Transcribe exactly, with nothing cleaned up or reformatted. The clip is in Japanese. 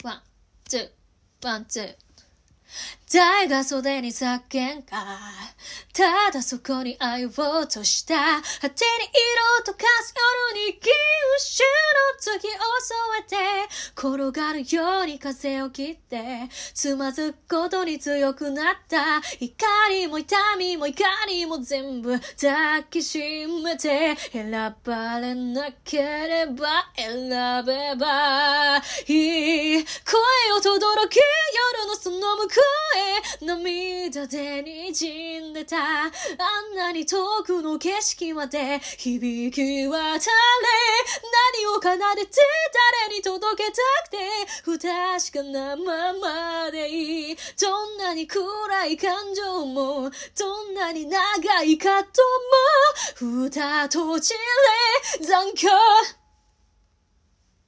ワン、ツー、ワン、ツー。誰が袖に叫んだ。ただそこに会おうとした。果てに色と化す夜に九州の月を添えて転がるように風を切ってつまずくことに強くなった。怒りも痛みも怒りも全部抱きしめて選ばれなければ選べばいい。声を轟き夜のその向こうへ涙で滲んでた。あんなに遠くの景色まで響き渡れ。何を奏でて誰に届けたくて不確かなままでいい。どんなに暗い感情もどんなに長い葛藤も蓋閉じれ残響